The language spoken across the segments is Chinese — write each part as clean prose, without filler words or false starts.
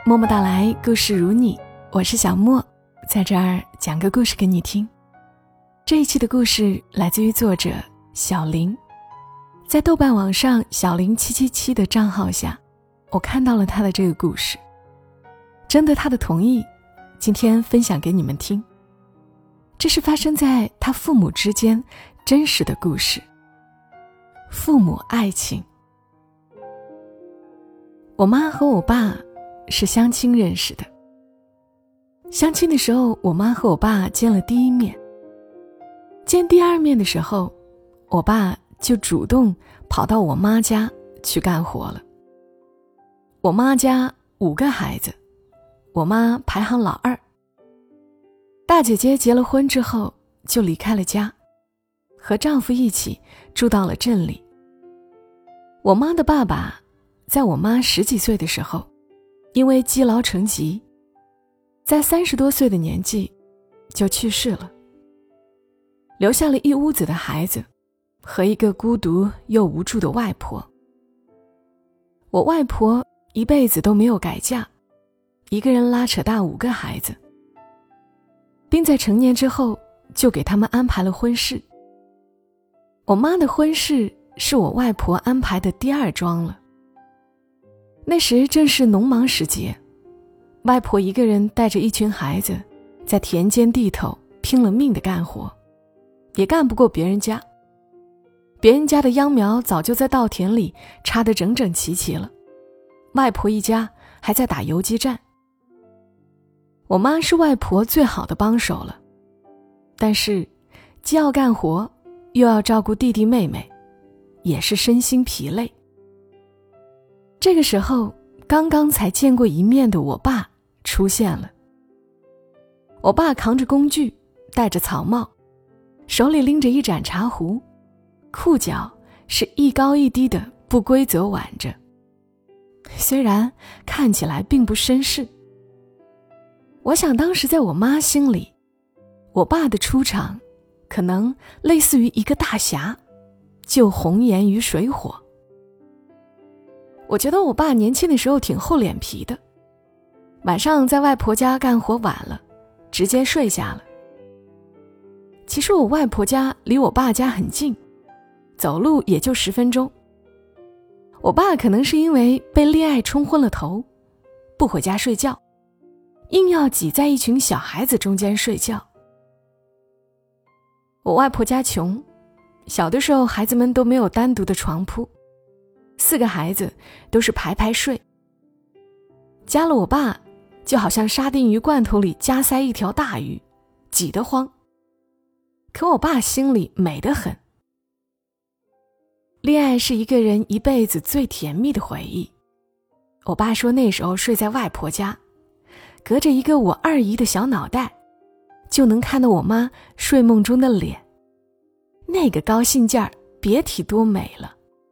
默默到来，故事如你，我是小莫，在这儿讲个故事给你听。这一期的故事来自于作者小林，在豆瓣网上小林777的账号下，我看到了他的这个故事，征得他的同意，今天分享给你们听。这是发生在他父母之间真实的故事，父母爱情。我妈和我爸是相亲认识的。相亲的时候，我妈和我爸见了第一面。见第二面的时候，我爸就主动跑到我妈家去干活了。我妈家5个孩子，我妈排行老2。大姐姐结了婚之后就离开了家，和丈夫一起住到了镇里。我妈的爸爸在我妈10几岁的时候，因为积劳成疾，在30多岁的年纪就去世了，留下了一屋子的孩子和一个孤独又无助的外婆。我外婆一辈子都没有改嫁，一个人拉扯大5个孩子，并在成年之后就给他们安排了婚事。我妈的婚事是我外婆安排的第2桩了。那时正是农忙时节，外婆一个人带着一群孩子在田间地头拼了命的干活，也干不过别人家。别人家的秧苗早就在稻田里插得整整齐齐了，外婆一家还在打游击战。我妈是外婆最好的帮手了，但是既要干活又要照顾弟弟妹妹，也是身心疲累。这个时候，刚刚才见过一面的我爸出现了。我爸扛着工具，戴着草帽，手里拎着一盏茶壶，裤脚是一高一低的不规则挽着，虽然看起来并不绅士。我想当时在我妈心里，我爸的出场可能类似于一个大侠，救红颜于水火。我觉得我爸年轻的时候挺厚脸皮的，晚上在外婆家干活晚了，直接睡下了。其实我外婆家离我爸家很近，走路也就10分钟。我爸可能是因为被恋爱冲昏了头，不回家睡觉，硬要挤在一群小孩子中间睡觉。我外婆家穷，小的时候孩子们都没有单独的床铺，4个孩子都是排排睡。加了我爸，就好像沙丁鱼罐头里加塞一条大鱼，挤得慌。可我爸心里美得很。恋爱是一个人一辈子最甜蜜的回忆。我爸说那时候睡在外婆家，隔着一个我2姨的小脑袋，就能看到我妈睡梦中的脸，那个高兴劲儿别提多美了。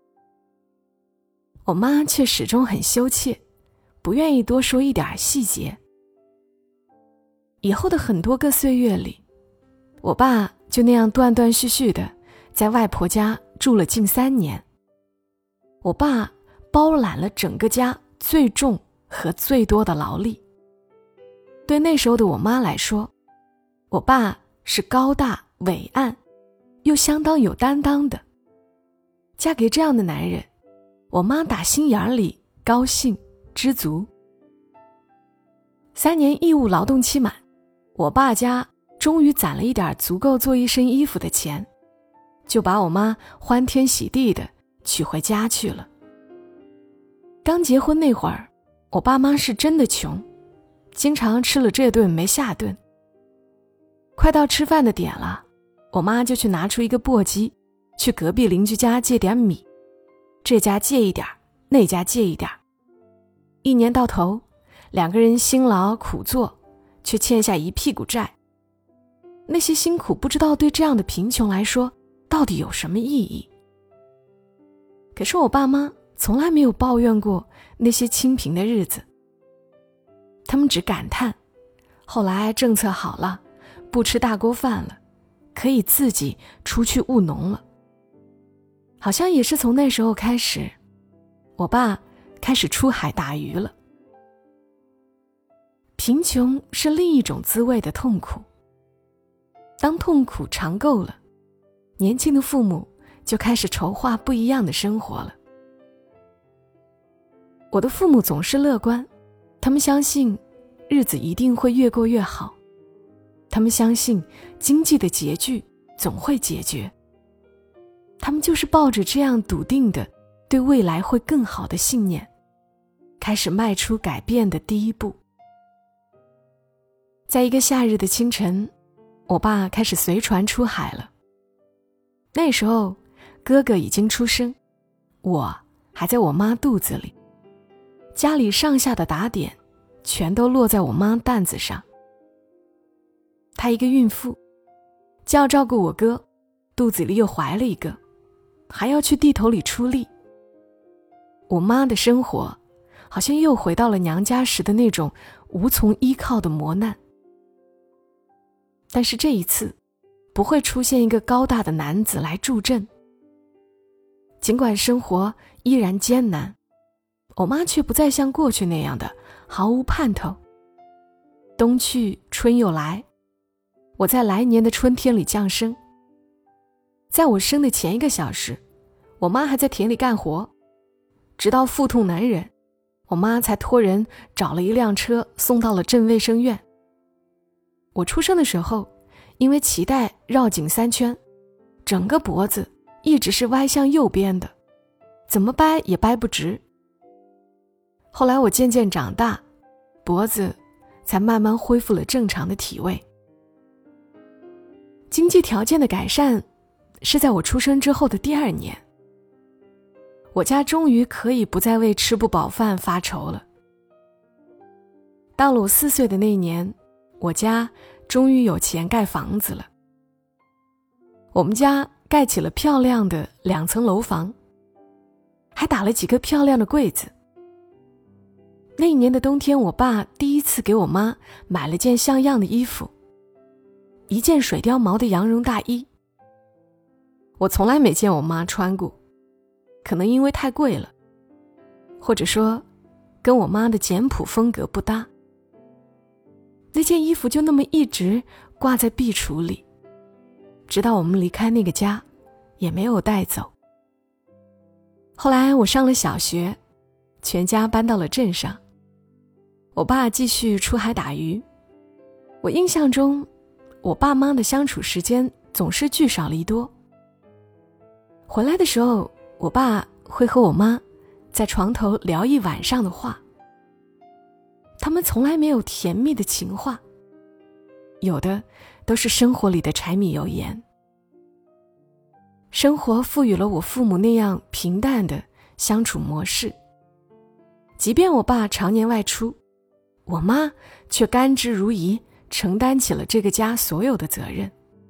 我妈却始终很羞怯，不愿意多说一点细节。以后的很多个岁月里，我爸就那样断断续续的在外婆家住了近3年。我爸包揽了整个家最重和最多的劳力。对那时候的我妈来说，我爸是高大伟岸又相当有担当的。嫁给这样的男人，我妈打心眼里高兴知足。3年义务劳动期满，我爸家终于攒了一点足够做一身衣服的钱，就把我妈欢天喜地的娶回家去了。刚结婚那会儿，我爸妈是真的穷，经常吃了这顿没下顿。快到吃饭的点了，我妈就去拿出一个簸箕，去隔壁邻居家借点米，这家借一点，那家借一点。1年到头，2个人辛劳苦做，却欠下一屁股债。那些辛苦不知道对这样的贫穷来说到底有什么意义。可是我爸妈从来没有抱怨过那些清贫的日子，他们只感叹后来政策好了，不吃大锅饭了，可以自己出去务农了。好像也是从那时候开始，我爸开始出海打鱼了。 贫穷是另一种滋味的痛苦。当痛苦尝够了，年轻的父母就开始筹划不一样的生活了。我的父母总是乐观，他们相信日子一定会越过越好，他们相信经济的拮据总会解决，他们就是抱着这样笃定的对未来会更好的信念，开始迈出改变的第一步。在一个夏日的清晨，我爸开始随船出海了。那时候哥哥已经出生，我还在我妈肚子里，家里上下的打点全都落在我妈担子上。她一个孕妇，就要照顾我哥，肚子里又怀了一个，还要去地头里出力。我妈的生活好像又回到了娘家时的那种无从依靠的磨难。但是这一次不会出现一个高大的男子来助阵。尽管生活依然艰难，我妈却不再像过去那样的毫无盼头。冬去春又来，我在来年的春天里降生。在我生的前1个小时，我妈还在田里干活，直到腹痛难忍，我妈才托人找了一辆车送到了镇卫生院。我出生的时候，因为脐带绕颈3圈，整个脖子一直是歪向右边的，怎么掰也掰不直。后来我渐渐长大，脖子才慢慢恢复了正常的体位。经济条件的改善是在我出生之后的第2年，我家终于可以不再为吃不饱饭发愁了。到了我4岁的那年，我家终于有钱盖房子了。我们家盖起了漂亮的2层楼房，还打了几个漂亮的柜子。那一年的冬天，我爸第一次给我妈买了件像样的衣服，一件水貂毛的羊绒大衣。我从来没见我妈穿过，可能因为太贵了，或者说跟我妈的简朴风格不搭。那件衣服就那么一直挂在壁橱里，直到我们离开那个家也没有带走。后来我上了小学，全家搬到了镇上，我爸继续出海打鱼。我印象中，我爸妈的相处时间总是聚少离多。回来的时候，我爸会和我妈在床头聊一晚上的话。他们从来没有甜蜜的情话，有的都是生活里的柴米油盐。生活赋予了我父母那样平淡的相处模式，即便我爸常年外出，我妈却甘之如饴，承担起了这个家所有的责任。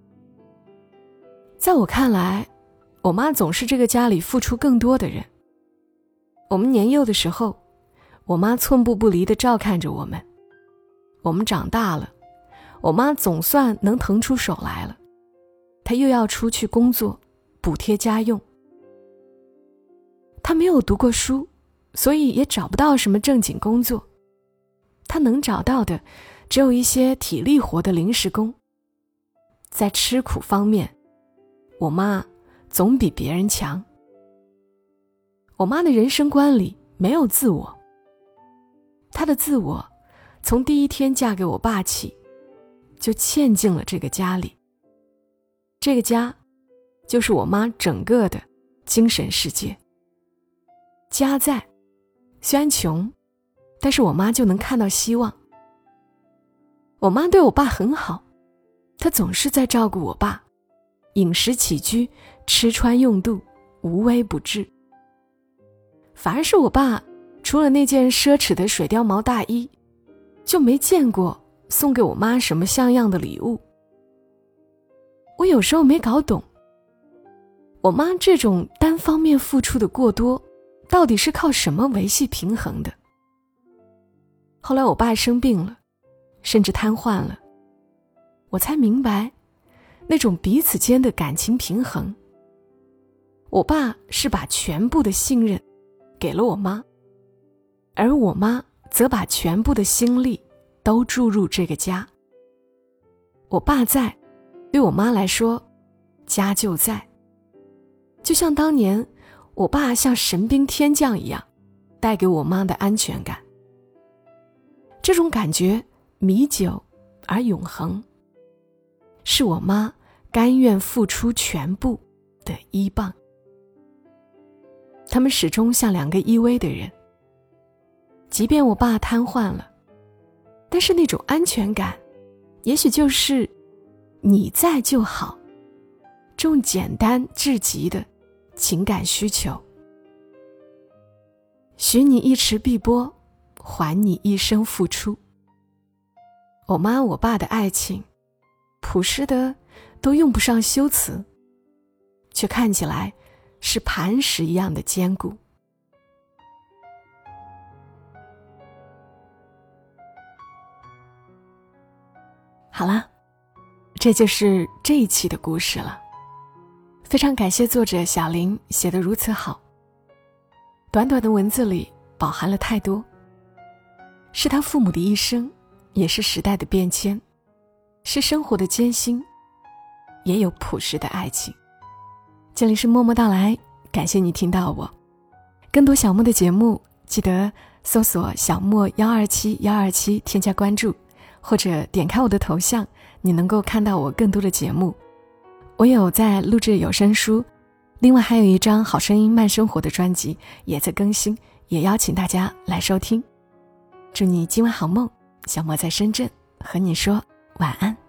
在我看来，我妈总是这个家里付出更多的人。我们年幼的时候，我妈寸步不离地照看着我们。我们长大了，我妈总算能腾出手来了，她又要出去工作，补贴家用。她没有读过书，所以也找不到什么正经工作。她能找到的只有一些体力活的临时工。在吃苦方面，我妈总比别人强。我妈的人生观里没有自我，她的自我从第一天嫁给我爸起，就嵌进了这个家里。这个家就是我妈整个的精神世界。家在，虽然穷，但是我妈就能看到希望。我妈对我爸很好，她总是在照顾我爸，饮食起居，吃穿用度，无微不至。反而是我爸除了那件奢侈的水貂毛大衣，就没见过送给我妈什么像样的礼物。我有时候没搞懂，我妈这种单方面付出的过多，到底是靠什么维系平衡的？后来我爸生病了，甚至瘫痪了，我才明白那种彼此间的感情平衡。我爸是把全部的信任给了我妈，而我妈则把全部的心力都注入这个家。我爸在，对我妈来说，家就在。就像当年我爸像神兵天将一样，带给我妈的安全感。这种感觉弥久而永恒，是我妈甘愿付出全部的依傍。他们始终像两个依偎的人，即便我爸瘫痪了，但是那种安全感，也许就是你在就好，这种简单至极的情感需求。许你一池碧波，还你一生付出。我妈我爸的爱情，朴实的都用不上修辞，却看起来是磐石一样的坚固。好了，这就是这一期的故事了。非常感谢作者小林写得如此好，短短的文字里饱含了太多，是他父母的一生，也是时代的变迁，是生活的艰辛，也有朴实的爱情。这里是默默到来，感谢你听到我。更多小莫的节目，记得搜索小莫127，添加关注，或者点开我的头像，你能够看到我更多的节目。我有在录制有声书，另外还有一张好声音慢生活的专辑也在更新，也邀请大家来收听。祝你今晚好梦，小莫在深圳和你说晚安。